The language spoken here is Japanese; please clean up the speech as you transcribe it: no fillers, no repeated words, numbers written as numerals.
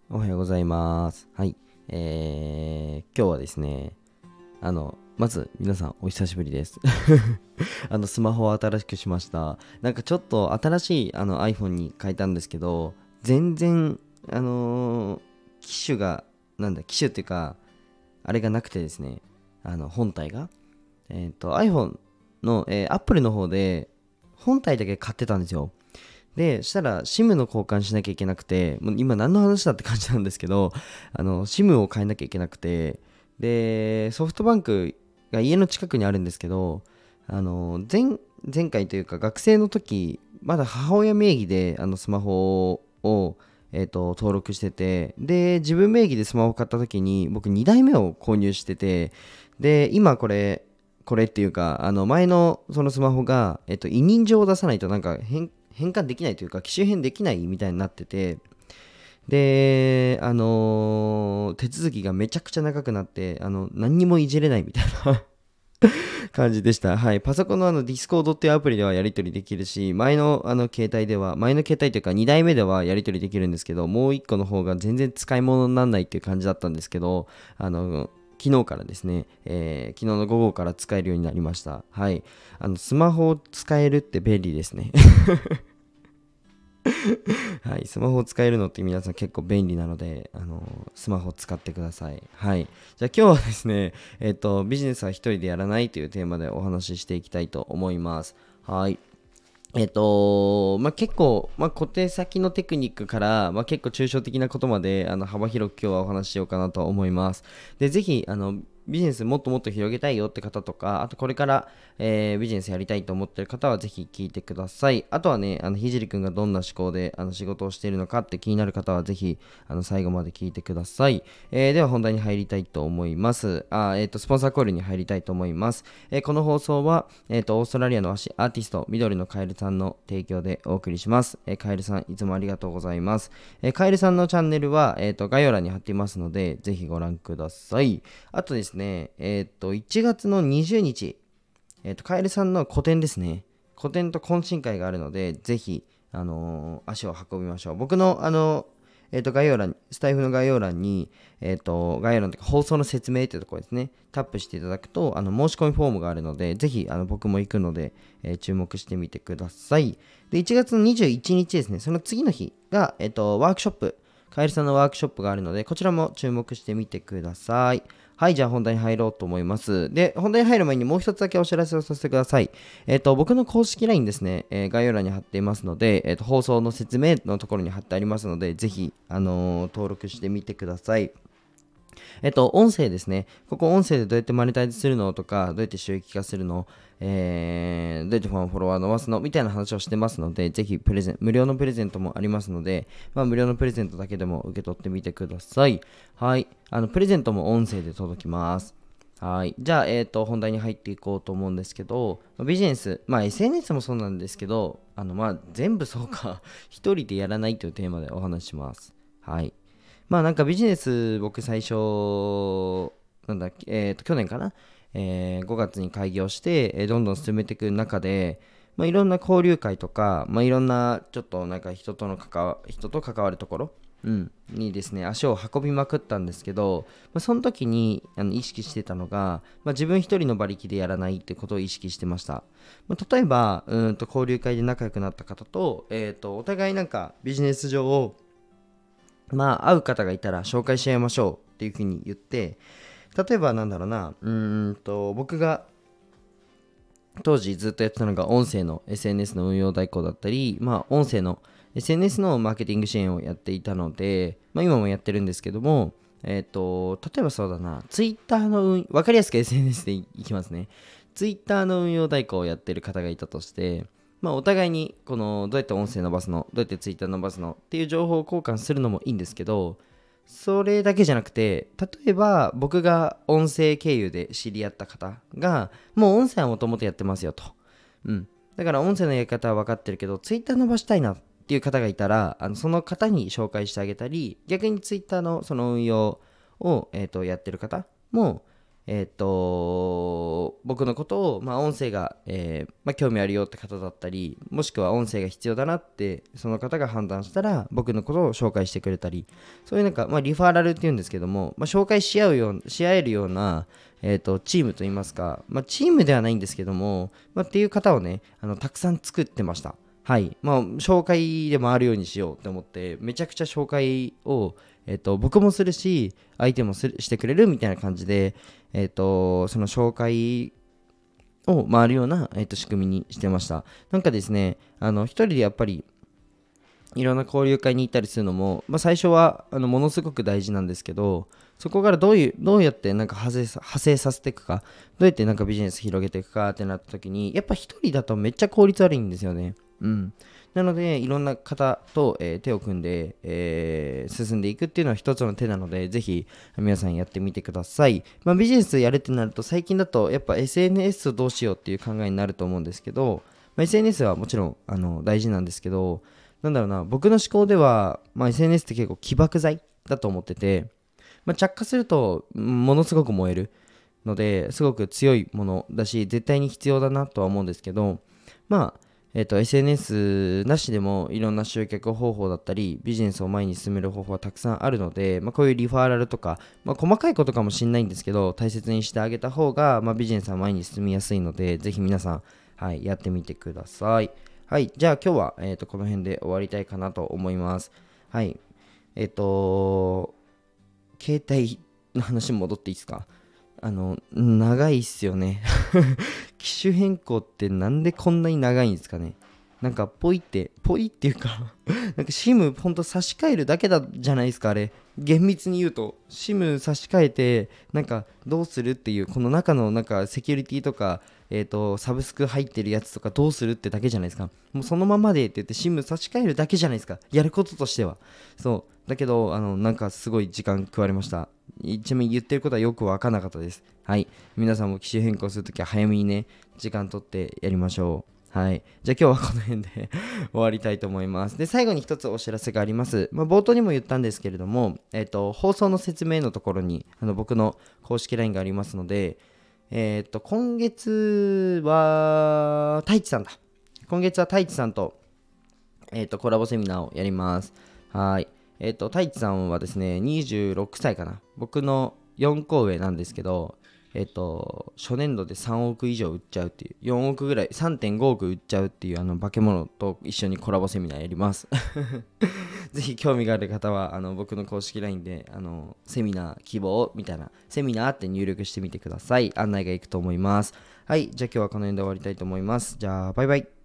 おはようございます。はい。今日はですね、まず皆さんお久しぶりです。スマホを新しくしました。なんかちょっと新しいiPhone に変えたんですけど、全然、機種が、機種っていうか、あれがなくてですね、本体が。iPhone の、Apple の方で、本体だけ買ってたんですよ。で、したら SIM の交換しなきゃいけなくて、もう今何の話だって感じなんですけど、SIM を変えなきゃいけなくて、で、ソフトバンクが家の近くにあるんですけど、前回というか学生の時、まだ母親名義でスマホを、登録してて、で、自分名義でスマホを買った時に、僕2台目を購入してて、で、今これっていうか、前のそのスマホが、委任状を出さないと変換できないというか、機種変できないみたいになってて、で、手続きがめちゃくちゃ長くなって、何にもいじれないみたいな感じでした。はい。パソコンのディスコードっていうアプリではやり取りできるし、前の携帯というか2台目ではやり取りできるんですけど、もう1個の方が全然使い物にならないっていう感じだったんですけど、昨日からですね、昨日の午後から使えるようになりました。はい。スマホを使えるって便利ですね。はい。スマホを使えるのって皆さん結構便利なので、スマホを使ってください。はい。じゃあ今日はですね、ビジネスは一人でやらないというテーマでお話ししていきたいと思います。はい。結構、小手先のテクニックから、結構抽象的なことまで幅広く今日はお話ししようかなと思います。で、ぜひビジネスもっともっと広げたいよって方とか、あとこれから、ビジネスやりたいと思ってる方はぜひ聞いてください。あとはね、ひじりくんがどんな思考で仕事をしているのかって気になる方はぜひ最後まで聞いてください。では本題に入りたいと思います。スポンサーコールに入りたいと思います。この放送は、オーストラリアのアーティスト、緑のカエルさんの提供でお送りします。カエルさん、いつもありがとうございます。カエルさんのチャンネルは、概要欄に貼っていますので、ぜひご覧ください。あとですね、1月の20日、カエルさんの個展ですね。個展と懇親会があるので、ぜひ、足を運びましょう。僕の、概要欄、スタイフの概要欄に、概要欄というか放送の説明というところですね、タップしていただくと、申し込みフォームがあるので、ぜひ、僕も行くので、注目してみてください。で、1月の21日ですね、その次の日が、ワークショップ、カエルさんのワークショップがあるので、こちらも注目してみてください。はい、じゃあ本題に入ろうと思います。で、本題に入る前にもう一つだけお知らせをさせてください。僕の公式 LINE ですね、概要欄に貼っていますので、放送の説明のところに貼ってありますので、ぜひ、登録してみてください。音声ですね。ここ音声でどうやってマネタイズするのとか、どうやって収益化するの、どうやってフォロワー伸ばすのみたいな話をしてますので、ぜひ無料のプレゼントもありますので、無料のプレゼントだけでも受け取ってみてください。はい。プレゼントも音声で届きます。はい。じゃあ、本題に入っていこうと思うんですけど、ビジネス、SNS もそうなんですけど、全部そうか、一人でやらないというテーマでお話しします。はい。なんかビジネス僕最初去年かな、5月に開業して、どんどん進めていく中で、いろんな交流会とか、いろんなちょっとなんか人と関わるところ、にですね足を運びまくったんですけど、その時に意識してたのが、自分一人の馬力でやらないってことを意識してました。例えば交流会で仲良くなった方と、お互いなんかビジネス上を会う方がいたら紹介し合いましょうっていうふうに言って、例えばなんだろうな、僕が当時ずっとやってたのが音声の SNS の運用代行だったり、音声の SNS のマーケティング支援をやっていたので、今もやってるんですけども、例えばそうだな、Twitter のわかりやすく SNS でいきますね。Twitter の運用代行をやってる方がいたとして、お互いにこのどうやって音声伸ばすの、どうやってツイッター伸ばすのっていう情報交換するのもいいんですけど、それだけじゃなくて、例えば僕が音声経由で知り合った方が、もう音声はもともとやってますよと。うん。だから音声のやり方は分かってるけど、ツイッター伸ばしたいなっていう方がいたら、その方に紹介してあげたり、逆にツイッターのその運用を、やってる方も、 僕のことを、音声が、興味あるよって方だったり、もしくは音声が必要だなってその方が判断したら僕のことを紹介してくれたり、そういうリファラルっていうんですけども、紹介し合えるような、チームといいますか、チームではないんですけども、っていう方をね、たくさん作ってました。はい。紹介でもあるようにしようって思って、めちゃくちゃ紹介を、僕もするし、相手もしてくれるみたいな感じで、その紹介を回るような、仕組みにしてました。なんかですね、一人でやっぱり、いろんな交流会に行ったりするのも、最初はものすごく大事なんですけど、そこからどうやって派生させていくか、どうやってビジネス広げていくかってなった時に、やっぱ一人だとめっちゃ効率悪いんですよね。うん。なので、いろんな方と、手を組んで、進んでいくっていうのは一つの手なので、ぜひ皆さんやってみてください。ビジネスやるってなると、最近だとやっぱ SNS をどうしようっていう考えになると思うんですけど、SNS はもちろん大事なんですけど、僕の思考では、SNS って結構起爆剤だと思ってて、着火するとものすごく燃えるのですごく強いものだし、絶対に必要だなとは思うんですけど、SNS なしでもいろんな集客方法だったりビジネスを前に進める方法はたくさんあるので、こういうリファーラルとか、細かいことかもしれないんですけど大切にしてあげた方が、ビジネスは前に進みやすいので、ぜひ皆さん、はい、やってみてください。はい、じゃあ今日は、この辺で終わりたいかなと思います。はい。携帯の話戻っていいですか？長いっすよね。機種変更ってなんでこんなに長いんですかね。ポイっていうかSIM ほんと差し替えるだけじゃないですか、あれ。厳密に言うと SIM 差し替えてどうするっていう、この中のセキュリティとか、サブスク入ってるやつとかどうするってだけじゃないですか。もうそのままでって言って SIM 差し替えるだけじゃないですか、やることとしては。そうだけどすごい時間食われました。ちなみに言ってることはよく分からなかったです。はい。皆さんも機種変更するときは早めにね、時間取ってやりましょう。はい。じゃあ今日はこの辺で終わりたいと思います。で、最後に一つお知らせがあります。冒頭にも言ったんですけれども、放送の説明のところに僕の公式 LINE がありますので、今月は太一さんだ。今月は太一さんと、コラボセミナーをやります。はい。太一さんはですね、26歳かな。僕の4個上なんですけど、初年度で3億以上売っちゃうっていう、4億ぐらい、3.5億売っちゃうっていう化け物と一緒にコラボセミナーやります。ぜひ興味がある方は僕の公式 LINE でセミナー希望みたいな、セミナーって入力してみてください。案内がいくと思います。はい、じゃあ今日はこの辺で終わりたいと思います。じゃあバイバイ。